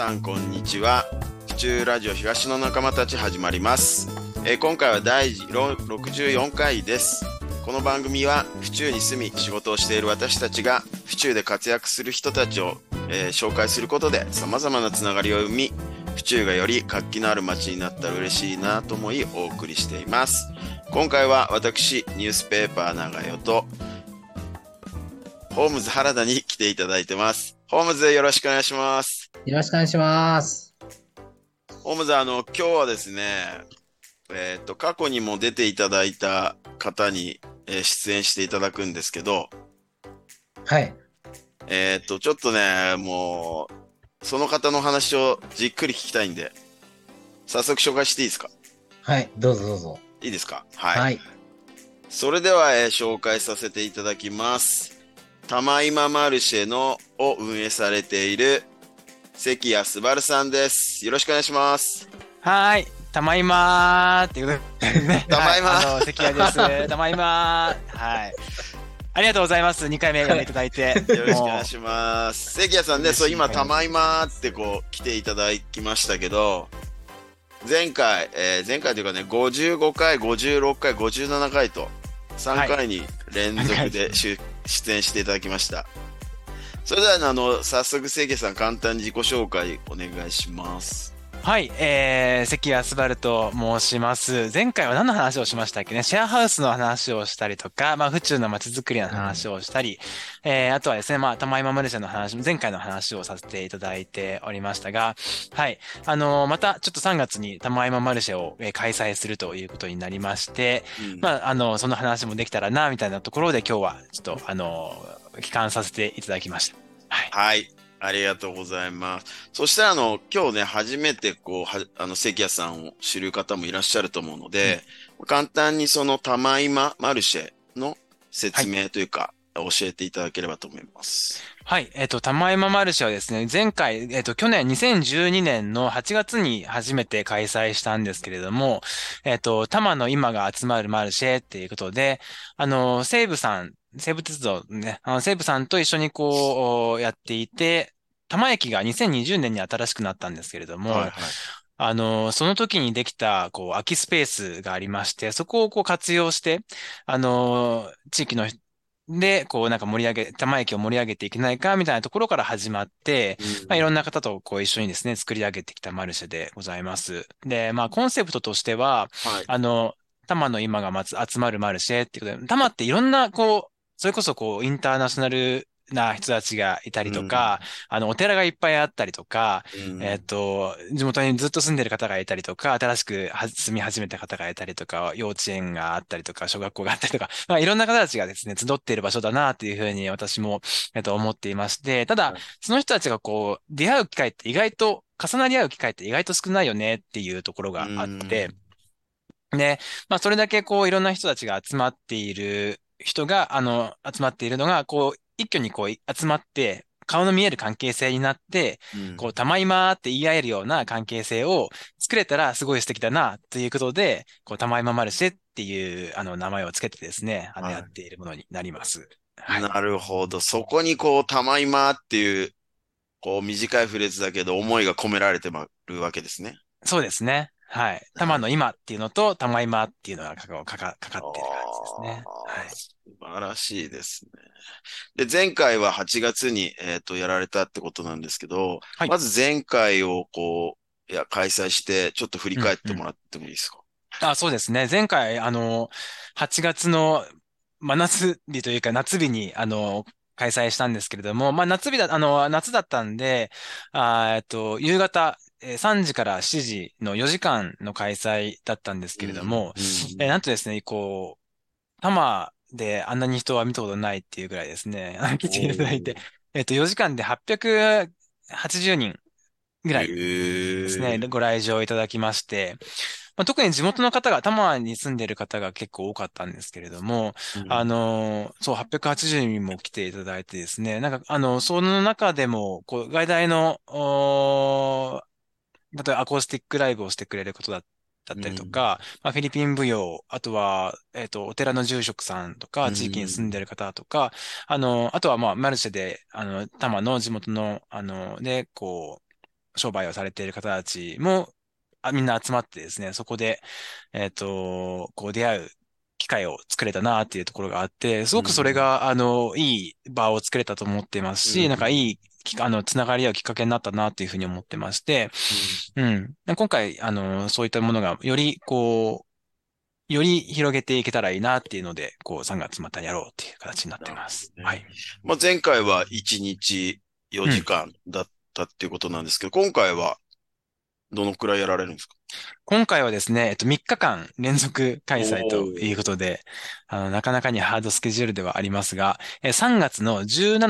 さんこんにちは。府中ラジオ東の仲間たち始まります。今回は第64回です。この番組は府中に住み仕事をしている私たちが府中で活躍する人たちを、紹介することで様々なつながりを生み、府中がより活気のある街になったら嬉しいなと思いお送りしています。今回は私ニュースペーパー長代とホームズ原田に来ていただいてます。ホームズよろしくお願いします。 よろしくお願いします。 ホームズ今日はですね、過去にも出ていただいた方に、出演していただくんですけど、 はい。 ちょっとね、もう、その方の話をじっくり聞きたいんで、早速紹介していいですか？ はい。どうぞどうぞ。 いいですか？はい。 はい。 それでは、紹介させていただきます。玉今マルシェを運営されている関谷昴さんです。よろしくお願いします。 はーい。たまいまーっていうことですね。はい。 玉今関谷です。たまいまー。はい。ありがとうございます。2回目読んでいただいて。 よろしくお願いもします。関谷さんう、 ね、そう、今、 嬉しい限り。 玉今ってこう、来ていただきましたけど、前回というかね、55回、56回、57回と、3 はい。 回に連続で出演していただきました。それではね、早速、関谷さん、簡単に自己紹介お願いします。 はい。関谷昴と申します。前回は何の話をしましたっけね。シェアハウスの話をしたりとか、府中の街づくりのうん。 話をしたり、あとはですね、玉井マルシェの話、前回の話をさせていただいておりましたが、はい。またちょっと3月に玉井マルシェを開催するということになりまして、 うん。 その話もできたらな、みたいなところで今日はちょっと、帰還させていただきました。はい。 はい。ありがとうございます。そしたら、今日ね、初めて、こう、関谷さんを知る方もいらっしゃると思うのうん。 で、簡単にその、玉今マルシェの説はい。 明というか、教えていただければと思います。 はい。玉山マルシェはですね、前回、去年2012年の8月に初めて開催したんですけれども、多摩の今が集まるマルシェっていうことで、西武鉄道ね、西武さんと一緒にこう、やっていて、多摩駅が2020年に新しくなったんですけれども、 はいはい。 その時にできた、こう、空きスペースがありまして、そこをこう活用して、地域ので、こうなんか多摩駅を盛り上げていけないかみたいなところから始まって、 うんいろんうん。 な方とこう一緒にですね、作り上げてきたマルシェでございます。で、コンセプトとしては、 はい。 あの、多摩の今がまず集まるマルシェっていうことで、多摩っていろんなこう、それこそこう、インターナショナルな人たちがいたりとか、 うん。 お寺がいっぱいあったりとか、 うん。 地元にずっと住んでる方がいたりとか、新しく住み始めた方がいたりとか、幼稚園があったりとか、小学校があったりとか、いろんな方たちがですね、集っている場所だなというふうに私も、思っていまして、ただ、 はい。 その人たちがこう、出会う機会って意外と、重なり合う機会って意外と少ないよねっていうところうがあって、 ん。 で、それだけこう、いろんな人たちが集まっている人が、集まっているのが、こう、一挙にこう、集まって、顔の見える関係性になって、こう、 うん。 たまいまーって言い合えるような関係性を作れたらすごい素敵だな、ということで、こう、たまいまマルシェっていう、名前をつけてですね、やっはているものになります。 い。 はい。 なるほど。そこにこう、玉今っていう、こう、短いフレーズだけど、思いが込められてまるわけですね。 そうですね。はい。たまのなる今っていうのと、たまいまっていうのがかかっている感じですほね。はど。 い。 素晴らしいですね。で、前回は8月に、やられたってことなんですけど、 はい。 まず前回をこう、開催して、ちょっと振りうん、うん。 返ってもらってもいいですか？ あ、そうですね。前回、8月の真夏日というか夏日に、開催したんですけれども、夏だったんで、夕方、3時から7時の4時間の開催だったんですけれどうん、 も、 うん、 なんとですね、こう、多摩であんなに人は見たことないっていうぐらいですね、来ていただいて、 おー。 4時間で880人ぐらいですね、 へえ。 ご来場いただきまして、特に地元の方が、多摩に住んでいる方が結構多かったんですけれども、 うん、 そう、880人も来ていただいてですね、なんか、その中でも、こう、外大の、例えばアコースティックライブをしてくれることだったりとうん、 か、フィリピン舞踊、あとは、お寺の住職さんとうか、地域に住んでん、 る方とか、あとは、マルシェで、多摩の地元の、で、こう、 商売をされている方たちも、みんな集まってですね、そこで、こう出会う機会を作れたなっていうところがあって、すごくそれが、いい場を作れたと思ってますし、なんかいい、つながり合うきっかけになったなっていうふうに思ってまして、うん。今回、そういったものが、より広げていけたらいいなっていうので、3月またやろうっていう形になってなるます。 ほどね。 はい。 まあ、前回は1日4 うん。 時間だったっていうことなんですけど、今回はどのくらいやられるんですか？ 今回はですね、3日間連続開お催ということー。 で、なかなかにハードスケジュールではありますが、3月の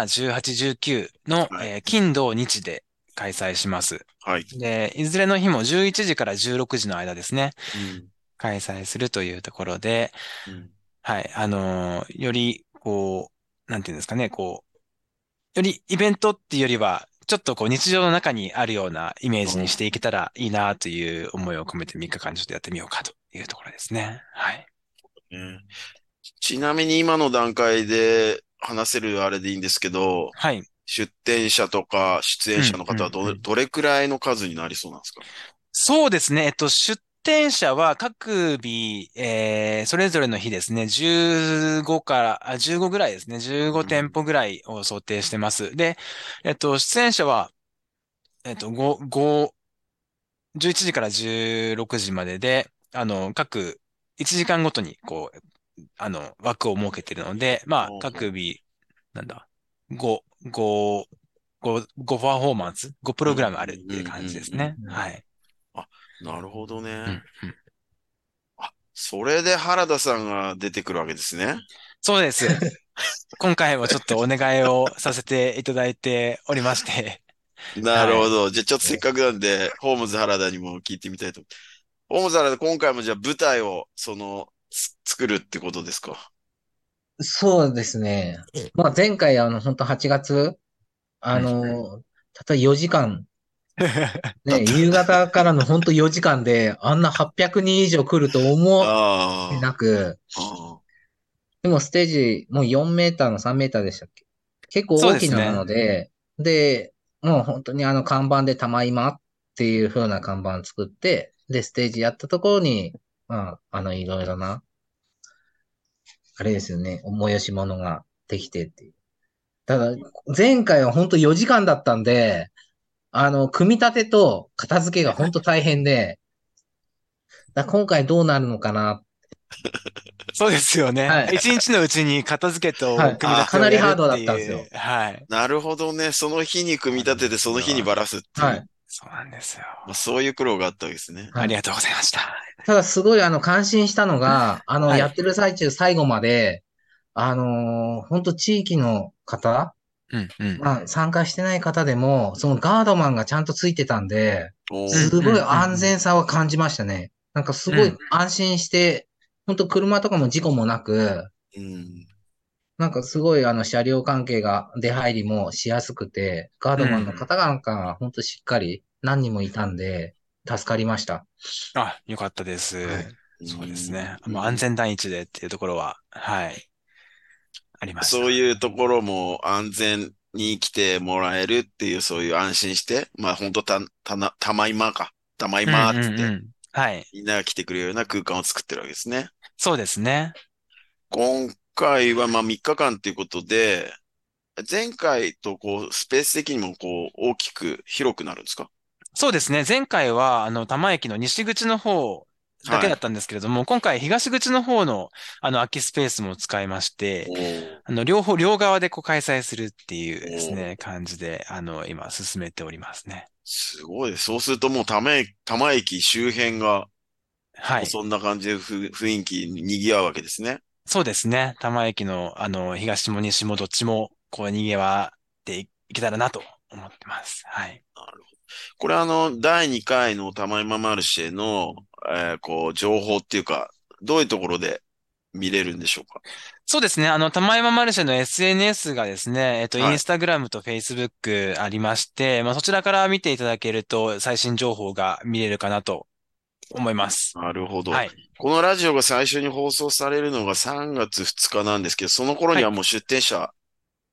17、18、19の、 はい。 金土日で開催します。 はい。 で、いずれの日も11時から16時の間ですね、 うん。 開催するというところで、 うん。 はい、より、なんていうんですかね、よりイベントっていうよりは、ちょっと日常の中にあるようなイメージにしていけたらいいなという思いを込めて3日間ちょっとやってみようかというところですね。はい。 ね、ちなみに今の段階で話せるあれでいいんですけど、 はい。 出展者とか出演者うん、 の方はうん。 どれくらいの数になりそうなんですか？ そうですね。出店者は各日、それぞれの日ですね、15から、15ぐらいですね。15店舗ぐらいを想定してます。で、出演者は、11時から16時までで、各1時間ごとに、枠を設けているので、まあ、 おー。 各日、なんだ、5、5、5パフォーマンス、5プうんうんログラムあるっていう感じですね。 うんうん。 はい。 あ、なるほどね。 うん、うん。 あ、それで原田さんが出てくるわけですね。 そうです。今回もちょっとお願いをさせていただいておりまして、 なるはい。 ほど。じゃあちょっとせっかくなんで、ホームズ原田にも聞いてみたいと。ホームズ原田、今回もじゃあ舞台を、作るってことですか？ そうですね。まあ、前回、本当8月、 うん。 たった4時間、ね、 だった。 夕方からの本当4時間で、あんな800人以上来ると思ってあなく、 あ、あでもステージ、もう4メーターの3メーターでしたっけ？結構そう大きなもですね。 ので、で、もう本当に看板で玉今っていう風な看板作って、で、ステージやったところに、まあ、いろいろな、あれですよね、催し物ができてっていう。ただ、前回は本当4時間だったんで、組み立てと片付けが本当大変で、今回どうなるのかな。 そうですよね。 はい。 一日のうちに片付けとはい。 組み立てかなをやるってりハードだったんですよ。 いう。はい。 なるほどね。その日に組みそうなん立てて、 ですよ。 その日にばらすっていう。 はい。 そうなんですよ。 まあ、そういう苦労があったわけですね。 ありはい。 がとうございました。 ただすごい感心したのが、 はい。 やってる最中最後まで、本当地域の方、 うん、うん。 まあ参加してない方でも、そのガードマンがちゃんとついてたんで、 うん、 おー。 うん、 すごいうん。 安全さを感じましたね。なんかすうん。 ごい安心して、本当車とかも事故もなく、 うん。 なんかすごい車両関係が出入りもしやすくて、ガーうん。 ドマンの方がなんか本当しっかり何人もいたんで、助かりました。 あ、よかったです。 はい。 うそうですね。 ん。 もう安全第一でっていうところは、はい、ありました。 そういうところも安全に来てもらえるっていう、そういう安心して、まあ本当たまいまか。たまいうん、 まっうん、うつって、 ん。はい。 みんなが来てくれるような空間を作ってるわけですね。 そうですね。 今回はまあ3日間っていうことで、前回とスペース的にも大きく広くなるんですか？ そうですね。前回は、多摩駅の西口の方だけはい。 だったんですけれども、今回東口の方の、空きスペースも使いまして、 おー。 両側で開催するっていうおですね、 ー。 感じで、今進めておりますね。 すごい。そうするともう多摩駅周辺が、 はい。 もうそんな感じで雰囲気に賑わうわけですね。 そうですね。多摩駅の、東も西もどっちも、賑わっていけたらなと思ってます。はい。 なるほど。これ第2回の玉今マルシェの、情報っていうか、どういうところで見れるんでしょうか？ そうですね。玉山マルシェの SNS がですね、イはい。 ンスタグラムとフェイスブックありまして、まあ、そちらから見ていただけると最新情報が見れるかなと思います。 なるほど。 はい。 このラジオが最初に放送されるのが3月2日なんですけど、その頃はい。 にはもう出店者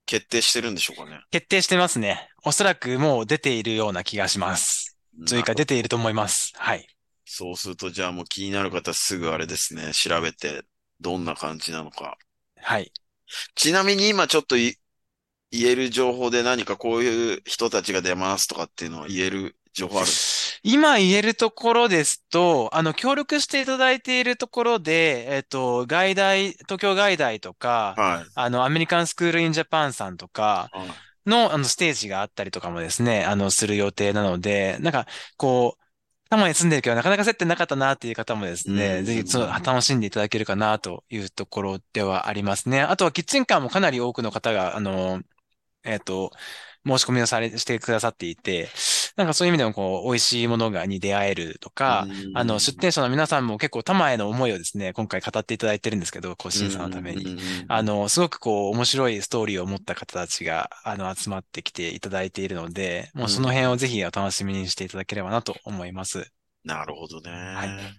決定してるんでしょうかね。 決定してますね。おそらくもう出ているような気がします。というかなるほど。 出ていると思います。はい。 そうすると、じゃあもう気になる方すぐあれですね、調べて、どんな感じなのか。 はい。 ちなみに今ちょっと言える情報で何かこういう人たちが出ますとかっていうのは言える情報あるんです今言えるところですと、協力していただいているところで、東京外大とか、 か？はい。 アメリカンスクールインジャパンさんとかはい。 の、ステージがあったりとかもですね、する予定なので、なんか、こう、多摩に住んでるけどなかなか接点なかったなっていう方もですうんね、ぜひ楽しんでいただけるかなというところではありますね。あとはキッチンカーもかなり多くの方が、えっと、申し込みをしてくださっていて、なんかそういう意味でも美味しいものに出会えるとうか、出ん。 店者の皆さんも結構多摩への思いをですね、今回語っていただいてるんですけど、 う審査のために。 ん。 すごく面白いストーリーを持った方たちが、集まってきていただいているので、もうその辺をぜひお楽しみにしていただければなと思います。 なるほどはい。 ね。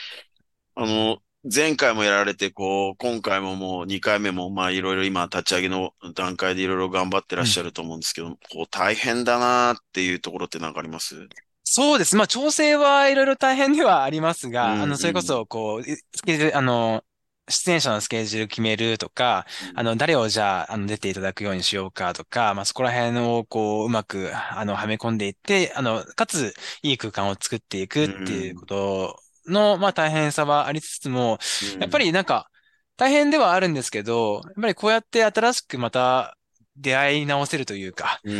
前回もやられて、今回ももう2回目も、まあいろいろ今立ち上げの段階でいろいろ頑張ってらっうん。 しゃると思うんですけど、大変だなーっていうところって何かあります？ そうです。まあ、調整はいろいろ大変ではありますうんが、それこそ、スケジュール、出演者のスケジュール決めるとか、 うん。 誰をじゃあ、出ていただくようにしようかとか、まあ、そこら辺を、うまく、はめ込んでいって、かつ、いい空間を作っていくうっていうこん。 との、まあ、大変さはありつつも、やっぱうん。 りなんか、大変ではあるんですけど、やっぱりこうやって新しくまた出会い直せるというか、 うん。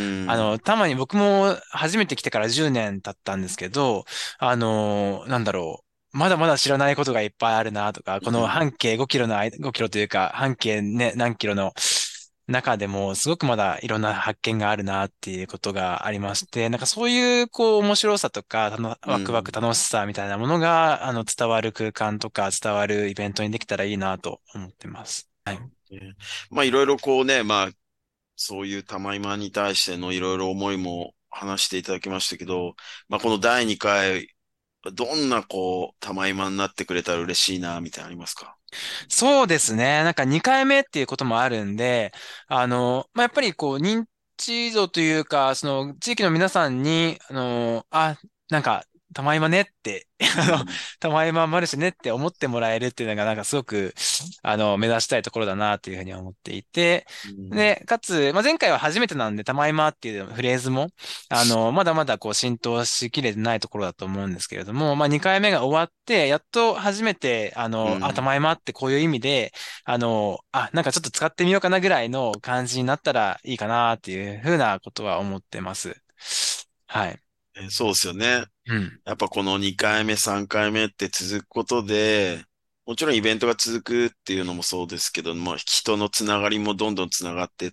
たまに僕も初めて来てから10年経ったんですけど、なんだろう。まだまだ知らないことがいっぱいあるなとか、このうん。 半径5キロの5キロというか、半径ね、何キロの中でも、すごくまだいろんな発見があるなっていうことがありまして、なんかそういう、面白さとか、ワクワクうん。 楽しさみたいなものが、伝わる空間とか、伝わるイベントにできたらいいなと思ってます。はい。 ね。まあいろいろまあそういう玉今に対してのいろいろ思いも話していただきましたけど、まあこの第2回、どんな玉今になってくれたら嬉しいな、みたいなのありますか？ そうですね。なんか2回目っていうこともあるんで、まあ、やっぱり認知度というか、その地域の皆さんに、なんか、玉今ねって、 うん。 玉今マルシェねって思ってもらえるっていうのが、なんかすごく、目指したいところだなっていうふうに思っていて、 うん。 で、かつ、まあ、前回は初めてなんで、玉今っていうフレーズも、まだまだ浸透しきれてないところだと思うんですけれども、まあ、2回目が終わって、やっと初めて、 うん玉今ってこういう意味で、なんかちょっと使ってみようかなぐらいの感じになったらいいかなっていうふうなことは思ってます。はい。 そうですよね。 うん。 やっぱこの2回目、3回目って続くことで、もちろんイベントが続くっていうのもそうですけども、人のつながりもどんどんつながってって、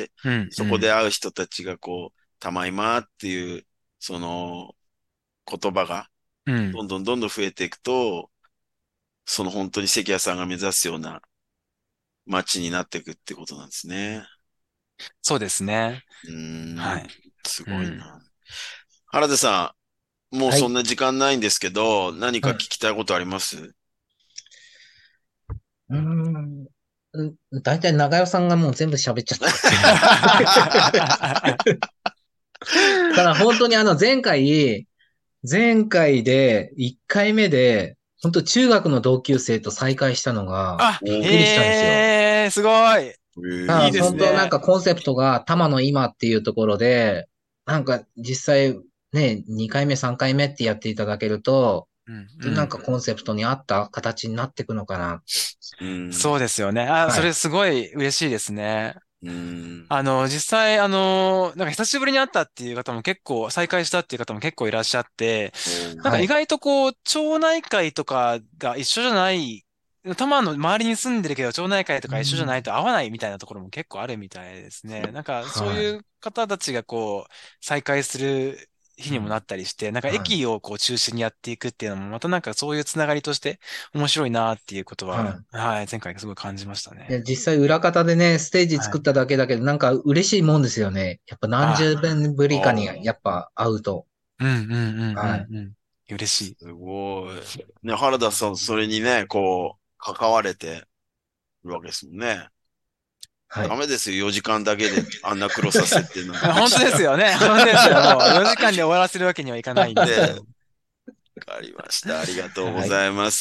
うん。うそこでん。 会う人たちがたまいまっていう、その言葉がうん。 どんどんどんどん増えていくと、その本当に関谷さんが目指すような街になっていくってことなんですね。 そうですね。 うーん、 はい。 すうん。 ごいな。原田さん、もうはい。 そんな時間ないんですけど、何か聞はい。 きたいことあります？ うーん。大体長代さんがもう全部喋っちゃったっていう。ただ本当に前回で1回目で、本当中学の同級生と再会したのがあ、 びっおくりしたんですよ。 へえ、すごい。いいでただ本当なんすね。 かコンセプトが玉の今っていうところで、なんか実際ね、2回目3回目ってやっていただけると、 うん、うなんん。 かコンセプトに合った形になっていくのかな。 うん、 そうですよね。それはい。 すごい嬉しいですね。 うん、 実際、なんか久しぶりに会ったっていう方も結構、再会したっていう方も結構いらっしゃって、なんかはい。 意外と町内会とかが一緒じゃない、多摩の周りに住んでるけど、町内会とうか一緒じゃないん。 と合わないみたいなところも結構あるみたいですね。なんかそうはい。 いう方たちが再会する日にもなうん。 ったりして、なんかはい。 駅を中心にやっていくっていうのも、またなんかそういうつながりとして面白いなっていうことは、 はい。 はい、前回すごい感じましたいや、 ね。 実際裏方でね、ステージはい。 作っただけだけど、なんか嬉しいもんですよね。やっぱ何あ、 十年ぶりかに、 ああ、 やっぱ会うと。 うんうんうんはい。 うんうん。嬉しすい。 ごい。ね、原田さん、それにね、関われてるわけですもんね。 はい。 ダメですよ。4時間だけであんな黒させっていうのは。 本当ですよね。本当ですよ。もう4時間で終わらせるわけにはいかないんですけね、 ど。 わかりました。ありがとうごはい。 ざいます。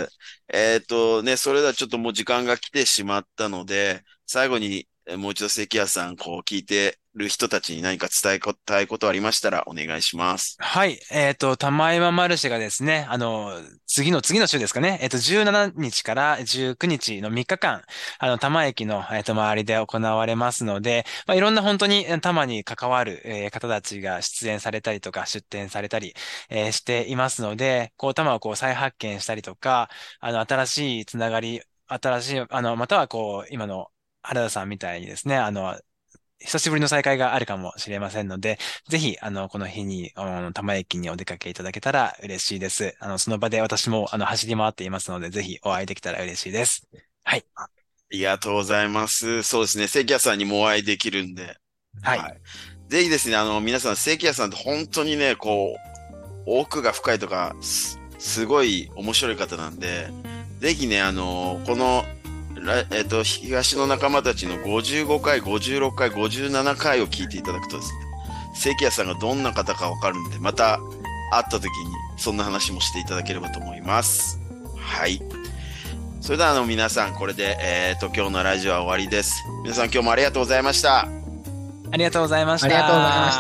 それではちょっともう時間が来てしまったので、最後にもう一度関谷さん、こう聞いてる人たちに何か伝えたいことありましたらお願いします。 はい。玉岩マルシェがですね、次の週ですかね。17日から19日の3日間、多摩駅の、周りで行われますので、まあ、いろんな本当に多摩に関わる、方たちが出演されたりとか、出展されたり、していますので、こう、多摩をこう再発見したりとか、新しいつながり、新しい、またはこう、今の原田さんみたいにですね、久しぶりの再会があるかもしれませんので、ぜひ、この日に、多摩駅にお出かけいただけたら嬉しいです。その場で私も、走り回っていますので、ぜひお会いできたら嬉しいです。はい。 ありがとうございます。そうですね。関谷さんにもお会いできるんで。 はい。 はい。ぜひですね、皆さん、関谷さんって本当にね、こう、奥が深いとか、すごい面白い方なんで、ぜひね、この、東の仲間たちの55回、56回、57回を聞いていただくとですね、関谷さんがどんな方かわかるんで、また会った時にそんな話もしていただければと思います。はい。それでは皆さん、これで、今日のラジオは終わりです。皆さん今日もありがとうございました。 ありがとうございました。 ありがとうございました。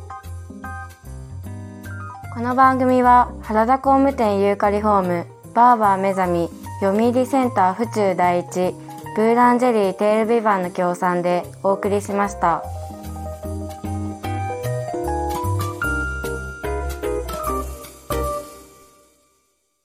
この番組は原田工務店ユーカリホーム、バーバー目覚み、読売センター府中第一、ブーランジェリーテールビバンの協賛でお送りしました。